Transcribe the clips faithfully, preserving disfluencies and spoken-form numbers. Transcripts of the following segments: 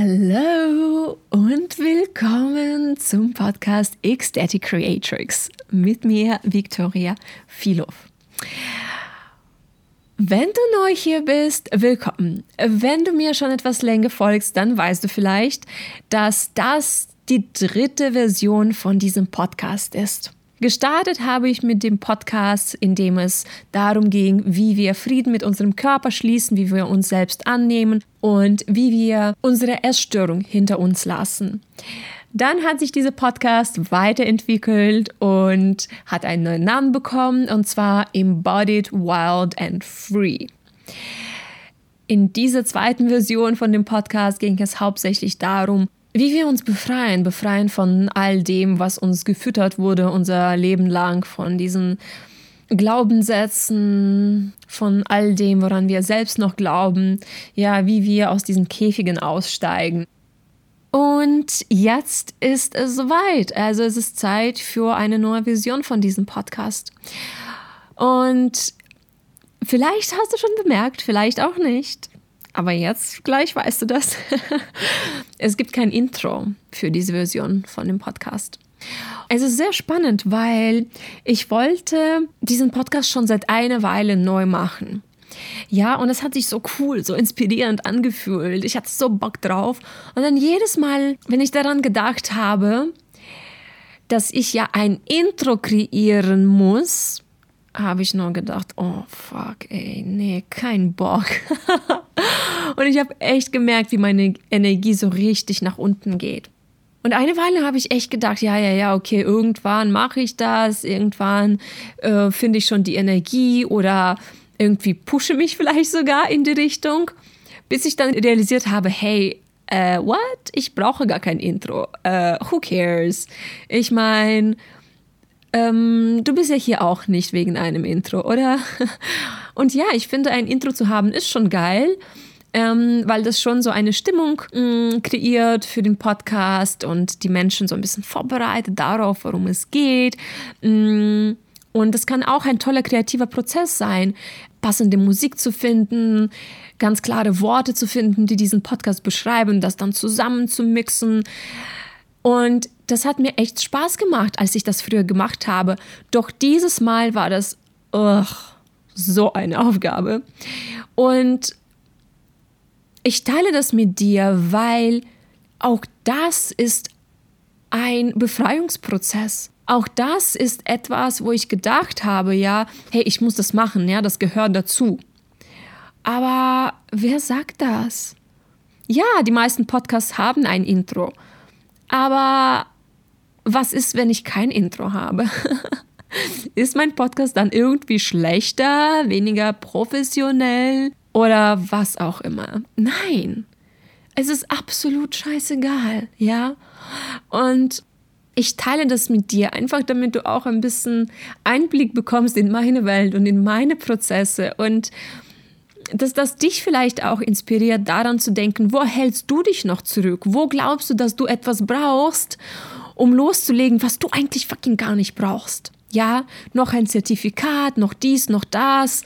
Hallo und willkommen zum Podcast Ecstatic Creatrix mit mir, Viktoria Filov. Wenn du neu hier bist, willkommen. Wenn du mir schon etwas länger folgst, dann weißt du vielleicht, dass das die dritte Version von diesem Podcast ist. Gestartet habe ich mit dem Podcast, in dem es darum ging, wie wir Frieden mit unserem Körper schließen, wie wir uns selbst annehmen und wie wir unsere Essstörung hinter uns lassen. Dann hat sich dieser Podcast weiterentwickelt und hat einen neuen Namen bekommen, und zwar Embodied, Wild and Free. In dieser zweiten Version von dem Podcast ging es hauptsächlich darum, wie wir uns befreien, befreien von all dem, was uns gefüttert wurde unser Leben lang, von diesen Glaubenssätzen, von all dem, woran wir selbst noch glauben, ja, wie wir aus diesen Käfigen aussteigen. Und jetzt ist es soweit, also es ist Zeit für eine neue Version von diesem Podcast. Und vielleicht hast du schon bemerkt, vielleicht auch nicht. Aber jetzt gleich weißt du das. Es gibt kein Intro für diese Version von dem Podcast. Es ist sehr spannend, weil ich wollte diesen Podcast schon seit einer Weile neu machen. Ja, und es hat sich so cool, so inspirierend angefühlt. Ich hatte so Bock drauf. Und dann jedes Mal, wenn ich daran gedacht habe, dass ich ja ein Intro kreieren muss, habe ich nur gedacht, oh fuck, ey, nee, kein Bock. Und ich habe echt gemerkt, wie meine Energie so richtig nach unten geht. Und eine Weile habe ich echt gedacht, ja, ja, ja, okay, irgendwann mache ich das, irgendwann äh, finde ich schon die Energie oder irgendwie pushe mich vielleicht sogar in die Richtung, bis ich dann realisiert habe, hey, äh, what? Ich brauche gar kein Intro. Äh, who cares? Ich meine, Ähm, du bist ja hier auch nicht wegen einem Intro, oder? Und ja, ich finde, ein Intro zu haben ist schon geil, ähm, weil das schon so eine Stimmung mh, kreiert für den Podcast und die Menschen so ein bisschen vorbereitet darauf, worum es geht. Mh, und das kann auch ein toller kreativer Prozess sein, passende Musik zu finden, ganz klare Worte zu finden, die diesen Podcast beschreiben, das dann zusammen zu mixen. Und das hat mir echt Spaß gemacht, als ich das früher gemacht habe. Doch dieses Mal war das ugh, so eine Aufgabe. Und ich teile das mit dir, weil auch das ist ein Befreiungsprozess. Auch das ist etwas, wo ich gedacht habe, ja, hey, ich muss das machen, ja, das gehört dazu. Aber wer sagt das? Ja, die meisten Podcasts haben ein Intro. Aber was ist, wenn ich kein Intro habe? Ist mein Podcast dann irgendwie schlechter, weniger professionell oder was auch immer? Nein, es ist absolut scheißegal, ja? Und ich teile das mit dir, einfach damit du auch ein bisschen Einblick bekommst in meine Welt und in meine Prozesse und dass das dich vielleicht auch inspiriert, daran zu denken, wo hältst du dich noch zurück? Wo glaubst du, dass du etwas brauchst, um loszulegen, was du eigentlich fucking gar nicht brauchst? Ja, noch ein Zertifikat, noch dies, noch das.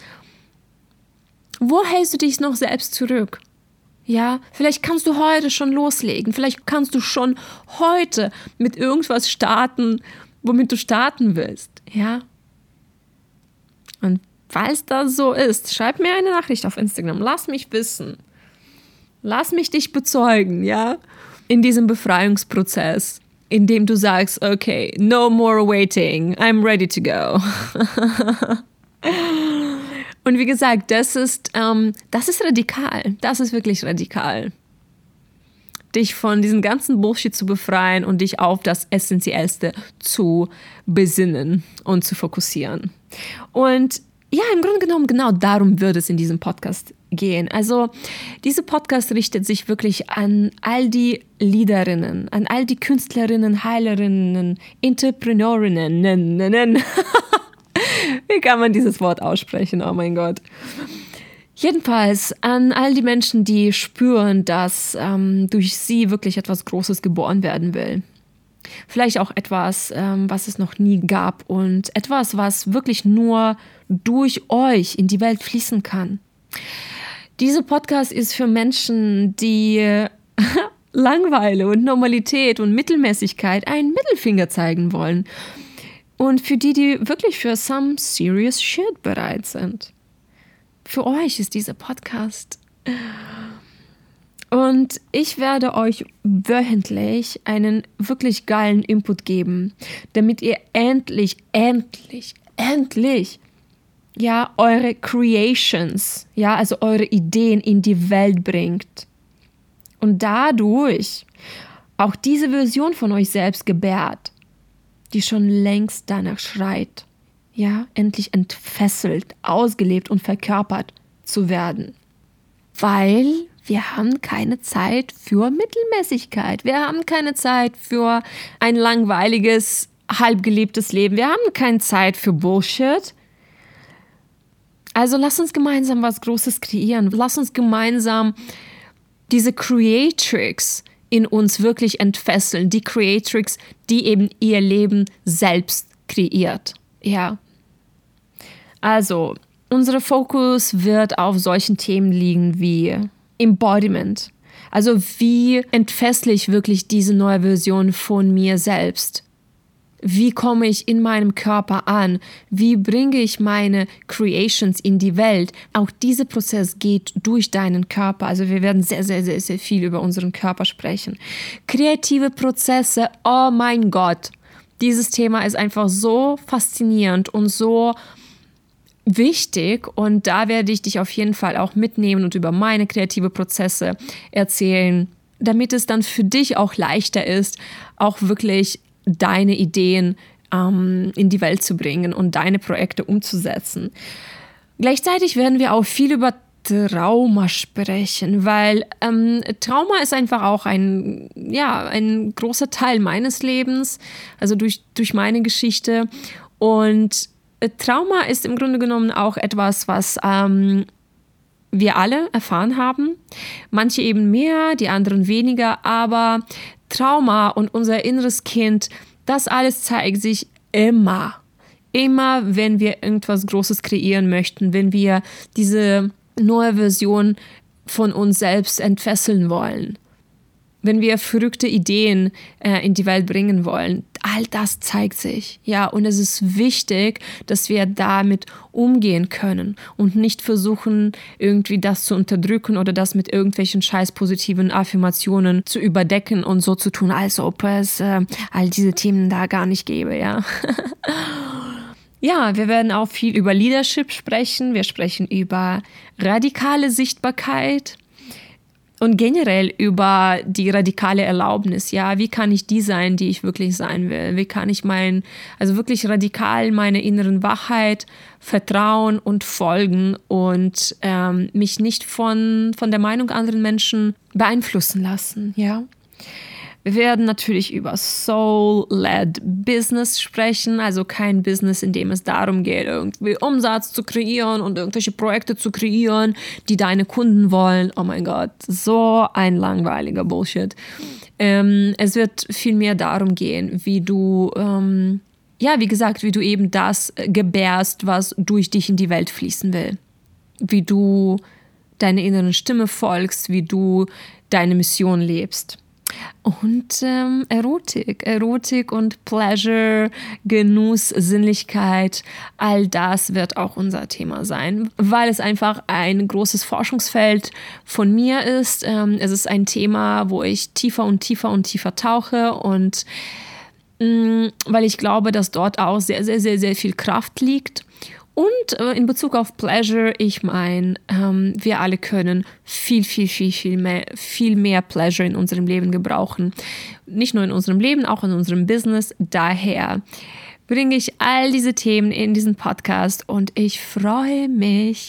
Wo hältst du dich noch selbst zurück? Ja, vielleicht kannst du heute schon loslegen. Vielleicht kannst du schon heute mit irgendwas starten, womit du starten willst. Ja. Und falls das so ist, schreib mir eine Nachricht auf Instagram. Lass mich wissen. Lass mich dich bezeugen, ja? In diesem Befreiungsprozess, in dem du sagst, okay, no more waiting, I'm ready to go. Und wie gesagt, das ist, ähm, das ist radikal. Das ist wirklich radikal. Dich von diesem ganzen Bullshit zu befreien und dich auf das Essentiellste zu besinnen und zu fokussieren. Und ja, im Grunde genommen, genau darum wird es in diesem Podcast gehen. Also, dieser Podcast richtet sich wirklich an all die Leaderinnen, an all die Künstlerinnen, Heilerinnen, Entrepreneurinnen. Wie kann man dieses Wort aussprechen? Oh mein Gott. Jedenfalls an all die Menschen, die spüren, dass ähm, durch sie wirklich etwas Großes geboren werden will. Vielleicht auch etwas, ähm, was es noch nie gab und etwas, was wirklich nur durch euch in die Welt fließen kann. Dieser Podcast ist für Menschen, die Langeweile und Normalität und Mittelmäßigkeit einen Mittelfinger zeigen wollen. Und für die, die wirklich für some serious shit bereit sind. Für euch ist dieser Podcast. Und ich werde euch wöchentlich einen wirklich geilen Input geben, damit ihr endlich, endlich, endlich ja, eure Creations, ja, also eure Ideen in die Welt bringt. Und dadurch auch diese Version von euch selbst gebärt, die schon längst danach schreit, ja, endlich entfesselt, ausgelebt und verkörpert zu werden. Weil wir haben keine Zeit für Mittelmäßigkeit. Wir haben keine Zeit für ein langweiliges, halbgelebtes Leben. Wir haben keine Zeit für Bullshit. Also lass uns gemeinsam was Großes kreieren. Lass uns gemeinsam diese Creatrix in uns wirklich entfesseln. Die Creatrix, die eben ihr Leben selbst kreiert. Ja. Also, unser Fokus wird auf solchen Themen liegen wie Embodiment. Also wie entfessle ich wirklich diese neue Version von mir selbst? Wie komme ich in meinem Körper an? Wie bringe ich meine Creations in die Welt? Auch dieser Prozess geht durch deinen Körper. Also wir werden sehr, sehr, sehr, sehr viel über unseren Körper sprechen. Kreative Prozesse, oh mein Gott. Dieses Thema ist einfach so faszinierend und so wichtig. Und da werde ich dich auf jeden Fall auch mitnehmen und über meine kreative Prozesse erzählen, damit es dann für dich auch leichter ist, auch wirklich deine Ideen ähm, in die Welt zu bringen und deine Projekte umzusetzen. Gleichzeitig werden wir auch viel über Trauma sprechen, weil ähm, Trauma ist einfach auch ein, ja, ein großer Teil meines Lebens, also durch, durch meine Geschichte. Und äh, Trauma ist im Grunde genommen auch etwas, was ähm, wir alle erfahren haben. Manche eben mehr, die anderen weniger, aber Trauma und unser inneres Kind, das alles zeigt sich immer. Immer, wenn wir irgendwas Großes kreieren möchten, wenn wir diese neue Version von uns selbst entfesseln wollen, wenn wir verrückte Ideen äh, in die Welt bringen wollen. All das zeigt sich. Ja, und es ist wichtig, dass wir damit umgehen können und nicht versuchen, irgendwie das zu unterdrücken oder das mit irgendwelchen scheiß positiven Affirmationen zu überdecken und so zu tun, als ob es äh, all diese Themen da gar nicht gäbe, ja. Ja, wir werden auch viel über Leadership sprechen. Wir sprechen über radikale Sichtbarkeit. Und generell über die radikale Erlaubnis, ja, wie kann ich die sein, die ich wirklich sein will? Wie kann ich mein, also wirklich radikal meiner inneren Wahrheit vertrauen und folgen und ähm, mich nicht von, von der Meinung anderer Menschen beeinflussen lassen, ja? Wir werden natürlich über Soul-led Business sprechen, also kein Business, in dem es darum geht, irgendwie Umsatz zu kreieren und irgendwelche Projekte zu kreieren, die deine Kunden wollen. Oh mein Gott, so ein langweiliger Bullshit. Ähm, es wird vielmehr darum gehen, wie du, ähm, ja, wie gesagt, wie du eben das gebärst, was durch dich in die Welt fließen will. Wie du deiner inneren Stimme folgst, wie du deine Mission lebst. Und ähm, Erotik, Erotik und Pleasure, Genuss, Sinnlichkeit, all das wird auch unser Thema sein, weil es einfach ein großes Forschungsfeld von mir ist. Ähm, es ist ein Thema, wo ich tiefer und tiefer und tiefer tauche und mh, weil ich glaube, dass dort auch sehr, sehr, sehr, sehr viel Kraft liegt. Und äh, in Bezug auf Pleasure, ich meine, ähm, wir alle können viel, viel, viel, viel mehr, viel mehr Pleasure in unserem Leben gebrauchen. Nicht nur in unserem Leben, auch in unserem Business. Daher bringe ich all diese Themen in diesen Podcast und ich freue mich,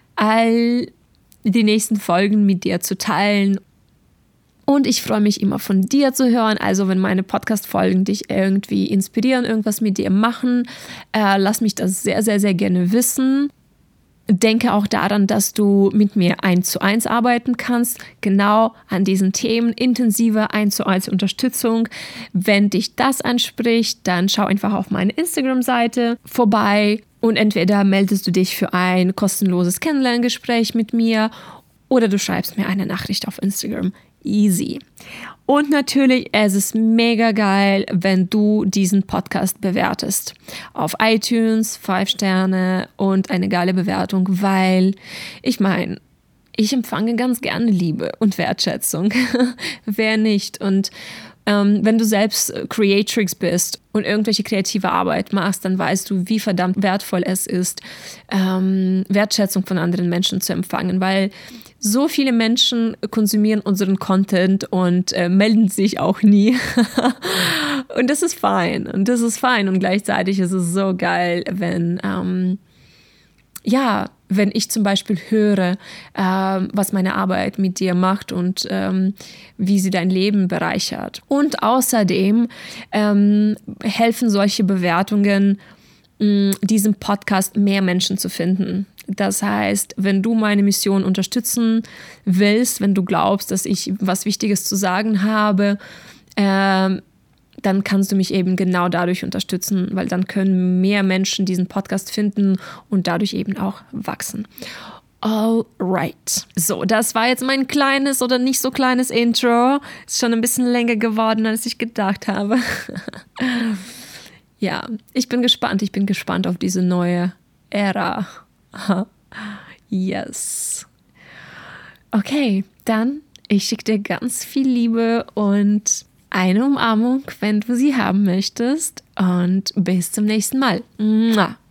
all die nächsten Folgen mit dir zu teilen. Und ich freue mich immer von dir zu hören. Also wenn meine Podcast-Folgen dich irgendwie inspirieren, irgendwas mit dir machen, äh, lass mich das sehr, sehr, sehr gerne wissen. Denke auch daran, dass du mit mir eins zu eins arbeiten kannst, genau an diesen Themen, intensive eins zu eins Unterstützung. Wenn dich das anspricht, dann schau einfach auf meine Instagram-Seite vorbei und entweder meldest du dich für ein kostenloses Kennenlerngespräch mit mir oder du schreibst mir eine Nachricht auf Instagram. Easy. Und natürlich, es ist mega geil, wenn du diesen Podcast bewertest. Auf iTunes, fünf Sterne und eine geile Bewertung, weil ich meine, ich empfange ganz gerne Liebe und Wertschätzung. Wer nicht? Und ähm, wenn du selbst Creatrix bist und irgendwelche kreative Arbeit machst, dann weißt du, wie verdammt wertvoll es ist, ähm, Wertschätzung von anderen Menschen zu empfangen, weil so viele Menschen konsumieren unseren Content und äh, melden sich auch nie. Und das ist fein. Und das ist fein. Und gleichzeitig ist es so geil, wenn, ähm, ja, wenn ich zum Beispiel höre, ähm, was meine Arbeit mit dir macht und ähm, wie sie dein Leben bereichert. Und außerdem ähm, helfen solche Bewertungen, mh, diesem Podcast mehr Menschen zu finden. Das heißt, wenn du meine Mission unterstützen willst, wenn du glaubst, dass ich was Wichtiges zu sagen habe, ähm, dann kannst du mich eben genau dadurch unterstützen, weil dann können mehr Menschen diesen Podcast finden und dadurch eben auch wachsen. Alright. So, das war jetzt mein kleines oder nicht so kleines Intro. Ist schon ein bisschen länger geworden, als ich gedacht habe. Ja, ich bin gespannt. Ich bin gespannt auf diese neue Ära. Yes. Okay, dann ich schicke dir ganz viel Liebe und eine Umarmung, wenn du sie haben möchtest. Und bis zum nächsten Mal. Mua.